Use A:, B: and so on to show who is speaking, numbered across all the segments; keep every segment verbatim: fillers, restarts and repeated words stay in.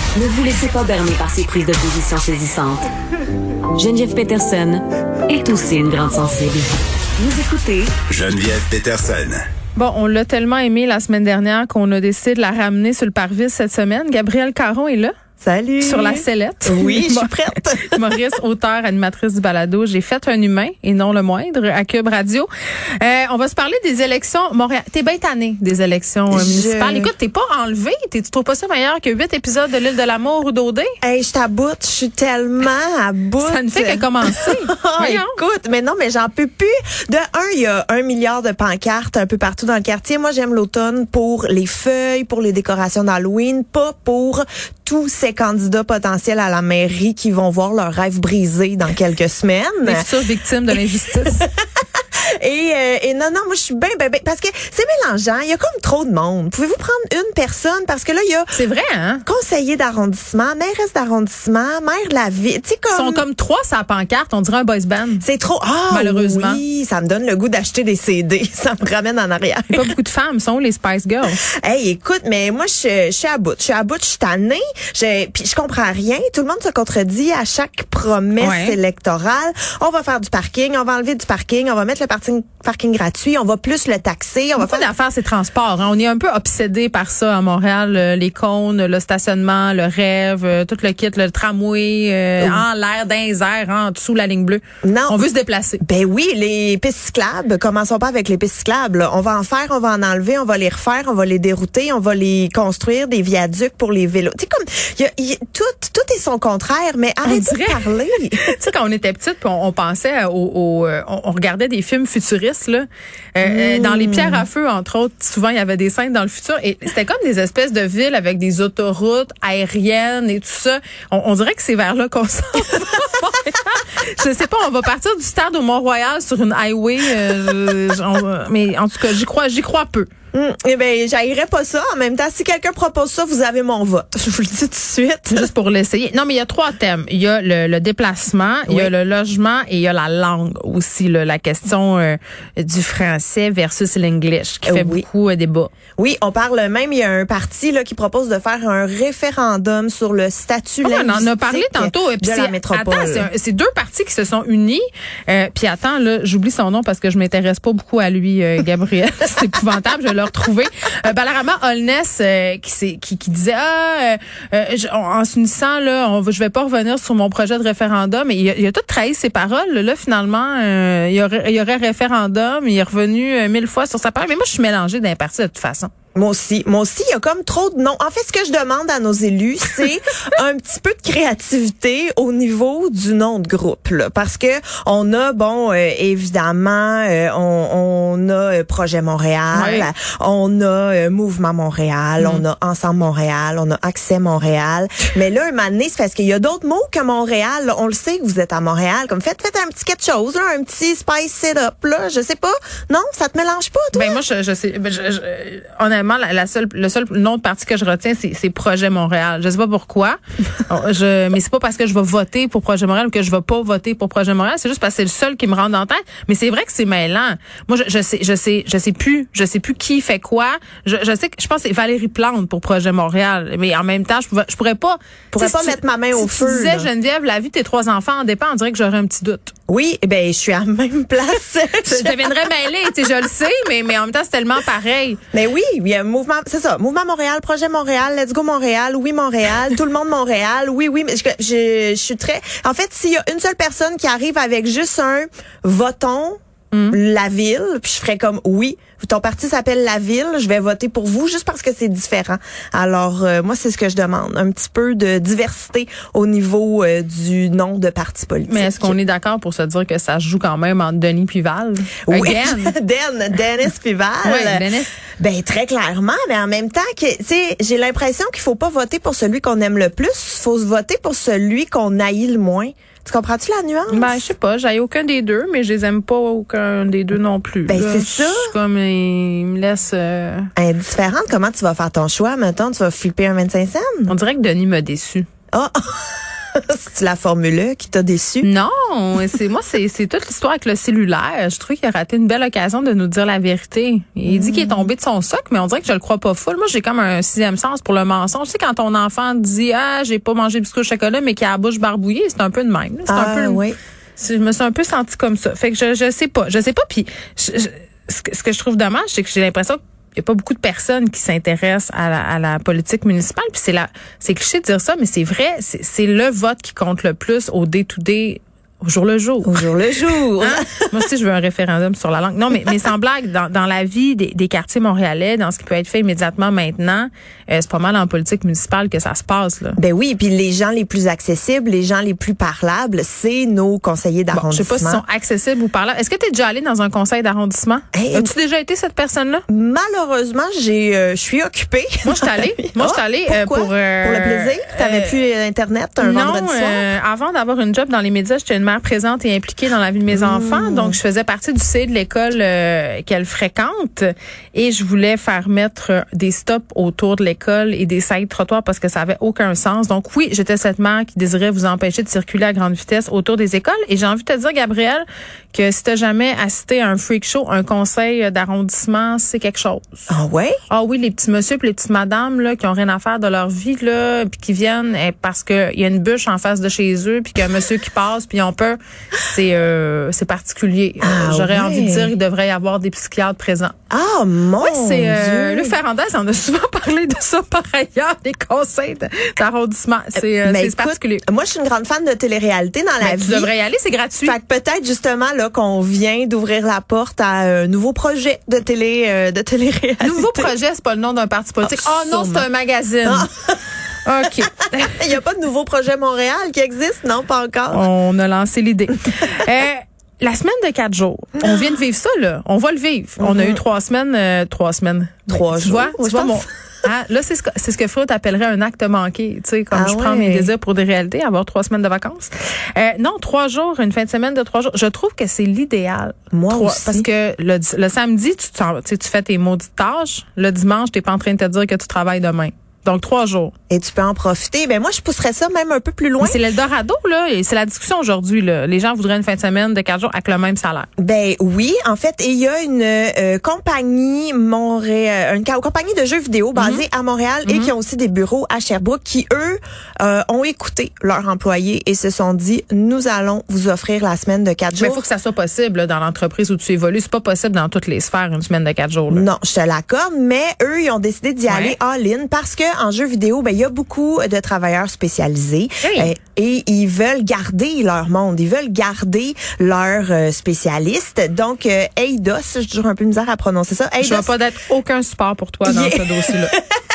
A: Ne vous laissez pas berner par ces prises de position saisissantes. Geneviève Peterson est aussi une grande sensible. Vous écoutez
B: Geneviève Peterson.
C: Bon, on l'a tellement aimé la semaine dernière qu'on a décidé de la ramener sur le parvis cette semaine. Gabrielle Caron est là.
D: Salut.
C: Sur la sellette.
D: Oui, je suis prête.
C: Maurice, auteur, animatrice du balado. J'ai fait un humain, et non le moindre, à Cube Radio. Euh, on va se parler des élections Montréal. T'es bien tannée des élections je... municipales. Écoute, t'es pas enlevée. T'es, tu trouves pas ça meilleur que huit épisodes de l'Île de l'amour ou d'O D?
D: Hey, je t'aboute. Je suis tellement à bout.
C: Ça ne fait que commencer.
D: oh, écoute, mais non, mais j'en peux plus. De un, il y a un milliard de pancartes un peu partout dans le quartier. Moi, j'aime l'automne pour les feuilles, pour les décorations d'Halloween, pas pour tous ces candidats potentiels à la mairie qui vont voir leur rêve brisé dans quelques semaines.
C: Les futures victimes de l'injustice.
D: Et, euh, et non, non, moi, je suis bien, bien, bien, parce que c'est mélangeant. Il y a comme trop de monde. Pouvez-vous prendre une personne? Parce que là, il y a...
C: C'est vrai, hein?
D: Conseiller d'arrondissement, mairesse d'arrondissement, maire de la ville. Tu sais, comme...
C: Ils sont comme trois sur la pancarte. On dirait un boys band.
D: C'est trop... Ah,
C: malheureusement.
D: Oui, ça me donne le goût d'acheter des C D. Ça me ramène en arrière.
C: Pas beaucoup de femmes sont les Spice Girls.
D: Hey, écoute, mais moi, je, je suis à bout. Je suis à bout, je suis tannée. Je, puis je comprends rien. Tout le monde se contredit à chaque promesse ouais. électorale. On va faire du parking, on va enlever du parking, on va mettre le parking, parking gratuit, on va plus le taxer. On
C: Beaucoup
D: va faire
C: d'affaires, c'est transport. Hein. On est un peu obsédé par ça à Montréal. Euh, les cônes, le stationnement, le rêve, euh, tout le kit, le tramway, euh, oui. en l'air, dans les airs, en dessous la ligne bleue.
D: Non.
C: On veut se déplacer.
D: Ben oui, les pistes cyclables, commençons pas avec les pistes cyclables. Là. On va en faire, on va en enlever, on va les refaire, on va les dérouter, on va les construire, des viaducs pour les vélos. Tu sais, comme, y a, y a, tout, tout est son contraire, mais arrêtez de parler.
C: Tu sais, quand on était petite, puis on, on pensait au, au on, on regardait des films futuristes, là. Euh, mmh. Dans les pierres à feu, entre autres, souvent, il y avait des scènes dans le futur. Et c'était comme des espèces de villes avec des autoroutes aériennes et tout ça. On, on dirait que c'est vers là qu'on s'en va. Je sais pas, on va partir du stade au Mont-Royal sur une highway. Euh, on, mais en tout cas, j'y crois, j'y crois peu.
D: Mmh. Eh ben, j'haïrais pas ça. En même temps, si quelqu'un propose ça, vous avez mon vote. Je vous le dis tout de suite.
C: Juste pour l'essayer. Non, mais il y a trois thèmes. Il y a le, le déplacement, oui. il y a le logement et il y a la langue aussi. Là, la question euh, du français versus l'anglais qui fait oui. beaucoup euh, débat.
D: Oui, on parle même, il y a un parti là qui propose de faire un référendum sur le statut
C: oh,
D: linguistique
C: on en a parlé tantôt.
D: de la métropole.
C: Attends, c'est, un, c'est deux partis qui se sont unis. Euh, puis attends, là, j'oublie son nom parce que je m'intéresse pas beaucoup à lui, euh, Gabriel. C'est épouvantable. Je l'ai retrouvé. Euh, Balarama Holness euh, qui, qui, qui disait ah euh, je, en s'unissant là, on, je vais pas revenir sur mon projet de référendum. Et il a, il a tout trahi ses paroles. Là, finalement, euh, il y aurait, il y aurait référendum. Il est revenu euh, mille fois sur sa parole. Mais moi, je suis mélangée d'un parti de toute façon.
D: Moi aussi. Moi aussi, il y a comme trop de noms. En fait, ce que je demande à nos élus, c'est un petit peu de créativité au niveau du nom de groupe. Là, parce que on a, bon, euh, évidemment, euh, on, on a euh, Projet Montréal, ouais. on a euh, Mouvement Montréal, mm. on a Ensemble Montréal, on a Accès Montréal. Mais là, un moment donné, c'est parce qu'il y a d'autres mots que Montréal. Là, on le sait que vous êtes à Montréal. Comme faites, faites un petit quelque chose, là, un petit spice sit-up, là. Je sais pas. Non, ça te mélange pas, toi?
C: Ben moi, je, je sais. Je, je, honnêtement, La, la seule, le seul nom de parti que je retiens, c'est, c'est Projet Montréal. Je sais pas pourquoi. je, mais c'est pas parce que je vais voter pour Projet Montréal ou que je vais pas voter pour Projet Montréal. C'est juste parce que c'est le seul qui me rentre en tête. Mais c'est vrai que c'est mêlant. Moi, je, je sais, je sais, je sais plus, je sais plus qui fait quoi. Je, je sais que je pense que c'est Valérie Plante pour Projet Montréal. Mais en même temps, je pourrais, je pourrais pas,
D: je pourrais pas si mettre tu, ma main au
C: si
D: feu.
C: Tu disais,
D: là.
C: Geneviève, la vie de tes trois enfants en dépend. On dirait que j'aurais un petit doute.
D: Oui, ben je suis à la même place.
C: je deviendrais mêlée, tu sais, je le sais, mais mais en même temps c'est tellement pareil.
D: Mais oui, il y a un mouvement, c'est ça, Mouvement Montréal, Projet Montréal, Let's Go Montréal, oui Montréal, tout le monde Montréal, oui oui, mais je, je, je suis très. En fait, s'il y a une seule personne qui arrive avec juste un votons mm. la ville, puis je ferais comme oui. Ton parti s'appelle La Ville, je vais voter pour vous juste parce que c'est différent. Alors, euh, moi, c'est ce que je demande. Un petit peu de diversité au niveau euh, du nom de parti politique.
C: Mais est-ce qu'on est d'accord pour se dire que ça se joue quand même entre Denis puis Val?
D: Oui, Den, Dennis puis Val.
C: Oui, Dennis.
D: Ben, très clairement, mais en même temps, que, tu sais, j'ai l'impression qu'il faut pas voter pour celui qu'on aime le plus, il faut voter pour celui qu'on haït le moins. Tu comprends-tu la nuance?
C: Ben, je sais pas. J'aille aucun des deux, mais je les aime pas aucun des deux non plus.
D: Ben,
C: là,
D: c'est ça.
C: Je suis comme, il me laisse... Euh...
D: Indifférente. Comment tu vas faire ton choix, mettons? Tu vas flipper un vingt-cinq cents?
C: On dirait que Denis m'a déçu.
D: Ah! Oh. C'est la Formule qui t'a déçu?
C: Non, c'est moi, c'est, c'est toute l'histoire avec le cellulaire. Je trouve qu'il a raté une belle occasion de nous dire la vérité. Il mmh. dit qu'il est tombé de son socle, mais on dirait que je le crois pas full. Moi, j'ai comme un sixième sens pour le mensonge. Tu sais, quand ton enfant dit, ah, j'ai pas mangé de biscuit au chocolat, mais qu'il a la bouche barbouillée, c'est un peu de même. C'est
D: ah,
C: un peu,
D: oui.
C: Je me suis un peu sentie comme ça. Fait que je, je sais pas, je sais pas. Puis, je, je, ce, que, ce que je trouve dommage, c'est que j'ai l'impression que il n'y a pas beaucoup de personnes qui s'intéressent à la, à la politique municipale. Puis c'est la, c'est cliché de dire ça, mais c'est vrai, c'est, c'est le vote qui compte le plus au day-to-day, au jour le jour.
D: Au jour le jour.
C: Hein? Moi aussi, je veux un référendum sur la langue. Non, mais, mais sans blague, dans, dans la vie des, des quartiers montréalais, dans ce qui peut être fait immédiatement maintenant, euh, c'est pas mal en politique municipale que ça se passe, là.
D: Ben oui, puis les gens les plus accessibles, les gens les plus parlables, c'est nos conseillers d'arrondissement.
C: Bon, je sais pas s'ils sont accessibles ou parlables. Est-ce que tu es déjà allé dans un conseil d'arrondissement? Hey, As-tu déjà été cette personne-là?
D: Malheureusement, j'ai, euh, je suis occupée.
C: Moi, je suis allée. Moi, je suis allée
D: euh,
C: pour, euh,
D: pour le plaisir. T'avais
C: euh,
D: plus Internet un
C: non,
D: vendredi soir?
C: Euh, avant d'avoir une job dans les médias, j'étais une mère présente et impliquée dans la vie de mes mmh. enfants. Donc, je faisais partie du C I de l'école euh, qu'elle fréquente et je voulais faire mettre des stops autour de l'école et des side trottoirs parce que ça avait aucun sens. Donc, oui, j'étais cette mère qui désirait vous empêcher de circuler à grande vitesse autour des écoles. Et j'ai envie de te dire, Gabrielle, que si t'as jamais assisté à un freak show, un conseil d'arrondissement, c'est quelque chose.
D: Ah ouais?
C: Ah oui, les petits messieurs et les petites madames là, qui ont rien à faire de leur vie, là, puis qui viennent eh, parce qu'il y a une bûche en face de chez eux, puis qu'il y a un monsieur qui passe, puis ils ont peur. C'est euh, c'est particulier.
D: Ah,
C: J'aurais
D: ouais.
C: envie de dire qu'il devrait y avoir des psychiatres présents.
D: Ah mon
C: oui, c'est euh,
D: Dieu.
C: Luc Ferrandez en a souvent parlé de ça par ailleurs, des conseils d'arrondissement. C'est euh, c'est particulier.
D: Moi, je suis une grande fan de télé-réalité dans la
C: Mais
D: vie.
C: Tu devrais y aller, c'est gratuit.
D: Fait que peut-être justement là qu'on vient d'ouvrir la porte à un nouveau projet de télé euh, de télé-réalité.
C: Nouveau projet, c'est pas le nom d'un parti politique. Oh, oh non, c'est un magazine. Ah. OK.
D: Il n'y a pas de nouveau projet Montréal qui existe, non, pas encore.
C: On a lancé l'idée. euh, La semaine de quatre jours, on vient de vivre ça, là. On va le vivre. Mm-hmm. On a eu trois semaines, euh, trois semaines.
D: Trois
C: ben,
D: jours.
C: Tu vois, tu vois mon, ah, là, c'est ce que, c'est ce que Freud appellerait un acte manqué. Tu sais, comme ah je ouais. prends mes désirs pour des réalités, avoir trois semaines de vacances. Euh, non, trois jours, une fin de semaine de trois jours. Je trouve que c'est l'idéal.
D: Moi
C: trois,
D: aussi.
C: Parce que le, le samedi, tu, tu, sais, tu fais tes maudites tâches. Le dimanche, t'es pas en train de te dire que tu travailles demain. Donc, trois jours.
D: Et tu peux en profiter. Ben moi, je pousserais ça même un peu plus loin.
C: Mais c'est l'Eldorado, là. Et c'est la discussion aujourd'hui, là. Les gens voudraient une fin de semaine de quatre jours avec le même salaire.
D: Ben oui, en fait, il y a une euh, compagnie Montréal, une compagnie de jeux vidéo basée mm-hmm. à Montréal mm-hmm. et qui ont aussi des bureaux à Sherbrooke qui, eux, euh, ont écouté leurs employés et se sont dit, nous allons vous offrir la semaine de quatre jours.
C: Mais il faut que ça soit possible là, dans l'entreprise où tu évolues. C'est pas possible dans toutes les sphères, une semaine de quatre jours. Là.
D: Non, je te l'accorde, mais eux, ils ont décidé d'y ouais. aller all-in parce que en jeux vidéo, ben il y a beaucoup de travailleurs spécialisés
C: hey.
D: euh, et ils veulent garder leur monde, ils veulent garder leurs euh, spécialistes. Donc euh, Eidos, j'ai toujours un peu de misère à prononcer ça. Eidos,
C: je vais pas d'être aucun support pour toi dans yeah. ce dossier-là.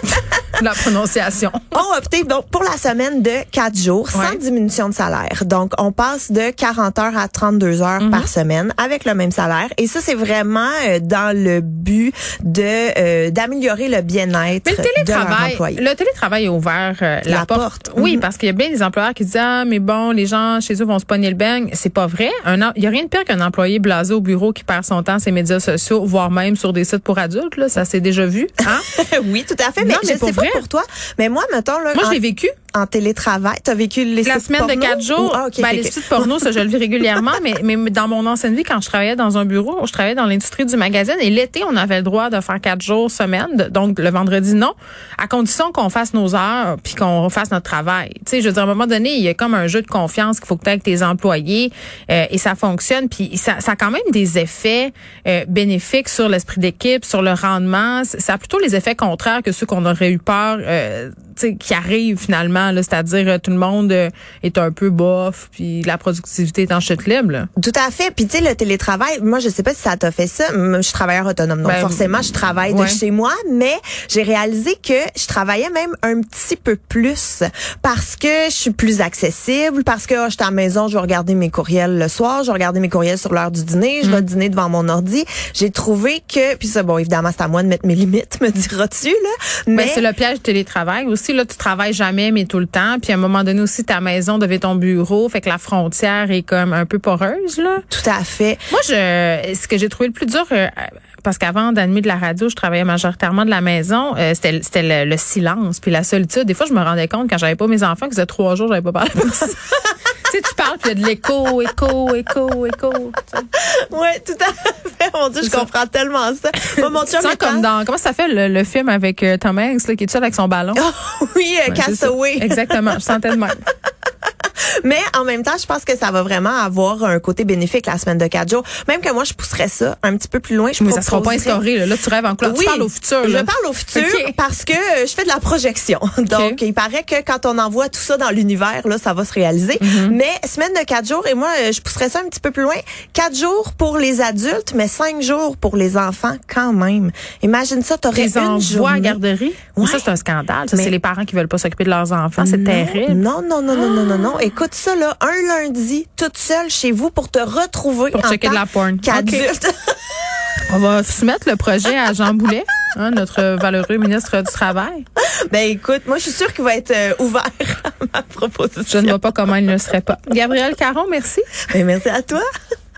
C: La prononciation.
D: On opté donc pour la semaine de quatre jours ouais. sans diminution de salaire. Donc on passe de quarante heures à trente-deux heures mm-hmm. par semaine avec le même salaire. Et ça c'est vraiment euh, dans le but de euh, d'améliorer le bien-être
C: Mais le télétravail,
D: de leurs employés.
C: Le télétravail a ouvert euh, la,
D: la porte. porte.
C: Oui,
D: mm-hmm.
C: parce qu'il y a bien des employeurs qui disent ah mais bon les gens chez eux vont se pogner le beigne. C'est pas vrai. Un il y a rien de pire qu'un employé blasé au bureau qui perd son temps sur ses médias sociaux, voire même sur des sites pour adultes. Là, ça s'est déjà vu. Hein?
D: Oui, tout à fait. Mais,
C: non, mais
D: je
C: pour
D: sais
C: vrai.
D: pas pour toi. Mais moi, mettons là.
C: Moi,
D: en,
C: je l'ai vécu.
D: En télétravail, t'as vécu les
C: la
D: sites
C: semaine
D: porno?
C: de quatre jours.
D: Ou, ah, okay,
C: ben,
D: okay,
C: les
D: okay.
C: sites porno, ça, je le vis régulièrement. mais, mais dans mon ancienne vie, quand je travaillais dans un bureau, je travaillais dans l'industrie du magazine et l'été, on avait le droit de faire quatre jours semaine. Donc, le vendredi, non. À condition qu'on fasse nos heures puis qu'on fasse notre travail. Tu sais, je veux dire, à un moment donné, il y a comme un jeu de confiance qu'il faut que tu aies avec tes employés euh, et ça fonctionne. Puis ça, ça a quand même des effets euh, bénéfiques sur l'esprit d'équipe, sur le rendement. Ça a plutôt les effets contraires que ceux qu'on aurait eu peur euh, qui arrivent finalement, là, c'est-à-dire tout le monde euh, est un peu bof, puis la productivité est en chute libre. Là.
D: Tout à fait. Puis tu sais, le télétravail, moi je sais pas si ça t'a fait ça. Je suis travailleur autonome, donc ben, forcément je travaille ouais. de chez moi, mais j'ai réalisé que je travaillais même un petit peu plus parce que je suis plus accessible, parce que oh, je suis à la maison, je vais regarder mes courriels le soir, je vais regarder mes courriels sur l'heure du dîner, je vais mm. dîner devant mon ordi. J'ai trouvé que, puis ça, bon, évidemment, c'est à moi de mettre mes limites, me diras-tu, là. Mais
C: ben, c'est le piège du télétravail aussi. Là, tu travailles jamais, mais tout le temps. Puis à un moment donné aussi, ta maison devient ton bureau. Fait que la frontière est comme un peu poreuse, là.
D: Tout à fait.
C: Moi, je, ce que j'ai trouvé le plus dur, euh, parce qu'avant d'animer de la radio, je travaillais majoritairement de la maison, euh, c'était, c'était le, le silence puis la solitude. Des fois, je me rendais compte quand j'avais pas mes enfants que ça faisait trois jours, j'avais pas parlé. Tu sais, tu parles, puis il y a de l'écho, écho, écho, écho.
D: Oui, tout à fait. Mon Dieu, je comprends tellement ça. Moi, mon
C: tu sens comme dans, comment ça fait le, le film avec euh, Tom Hanks, là, qui est tout seul avec son ballon?
D: Oh, oui, euh,
C: ouais,
D: Castaway.
C: Exactement, je sentais de même.
D: Mais en même temps, je pense que ça va vraiment avoir un côté bénéfique la semaine de quatre jours. Même que moi, je pousserais ça un petit peu plus loin. Je
C: Mais ça sera pas instauré. Là, là tu rêves en couleur.
D: Oui,
C: tu parles au futur. Là.
D: Je parle au futur okay. parce que je fais de la projection. Donc, okay. il paraît que quand on envoie tout ça dans l'univers, là, ça va se réaliser. Mm-hmm. Mais semaine de quatre jours, et moi, je pousserais ça un petit peu plus loin. Quatre jours pour les adultes, mais cinq jours pour les enfants quand même. Imagine ça, t'aurais
C: les
D: une journée.
C: à garderie. Ouais. Ça, c'est un scandale. Ça, mais... c'est les parents qui veulent pas s'occuper de leurs enfants. C'est
D: non,
C: terrible.
D: Non, non, non, non, non, non, non. Écoute ça, là, un lundi, toute seule chez vous pour te retrouver
C: pour
D: en
C: checker
D: tant
C: de la porn.
D: qu'adulte.
C: Okay. On va soumettre le projet à Jean Boulet, hein, notre valeureux ministre du Travail.
D: Ben écoute, moi je suis sûre qu'il va être euh, ouvert à ma proposition.
C: Je ne vois pas comment il ne le serait pas. Gabrielle Caron, merci.
D: Ben, merci à toi.